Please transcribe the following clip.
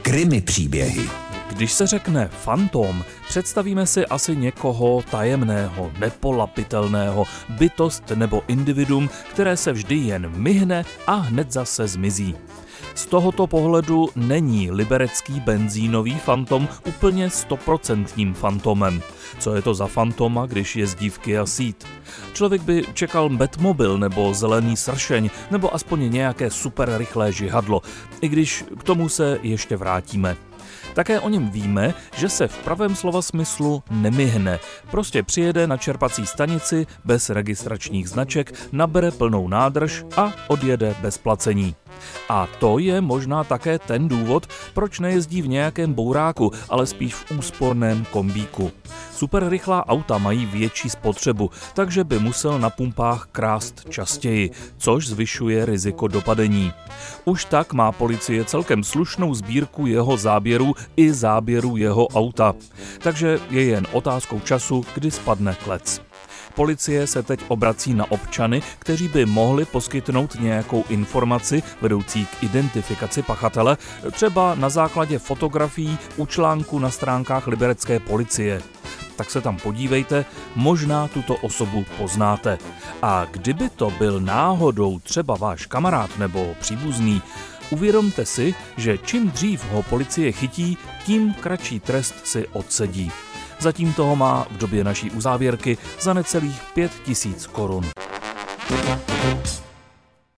Krimi příběhy. Když se řekne fantom, představíme si asi někoho tajemného, nepolapitelného, bytost nebo individuum, které se vždy jen myhne a hned zase zmizí. Z tohoto pohledu není liberecký benzínový fantom úplně 100% fantomem. Co je to za fantoma, když jezdí v Kia Ceed? Člověk by čekal Batmobil nebo zelený sršeň, nebo aspoň nějaké super rychlé žihadlo, i když k tomu se ještě vrátíme. Také o něm víme, že se v pravém slova smyslu nemyhne. Prostě přijede na čerpací stanici bez registračních značek, nabere plnou nádrž a odjede bez placení. A to je možná také ten důvod, proč nejezdí v nějakém bouráku, ale spíš v úsporném kombíku. Superrychlá auta mají větší spotřebu, takže by musel na pumpách krást častěji, což zvyšuje riziko dopadení. Už tak má policie celkem slušnou sbírku jeho záběrů i záběrů jeho auta. Takže je jen otázkou času, kdy spadne klec. Policie se teď obrací na občany, kteří by mohli poskytnout nějakou informaci vedoucí k identifikaci pachatele, třeba na základě fotografií u článku na stránkách liberecké policie. Tak se tam podívejte, možná tuto osobu poznáte. A kdyby to byl náhodou třeba váš kamarád nebo příbuzný, uvědomte si, že čím dřív ho policie chytí, tím kratší trest si odsedí. Zatím toho má v době naší uzávěrky za necelých 5 000 korun.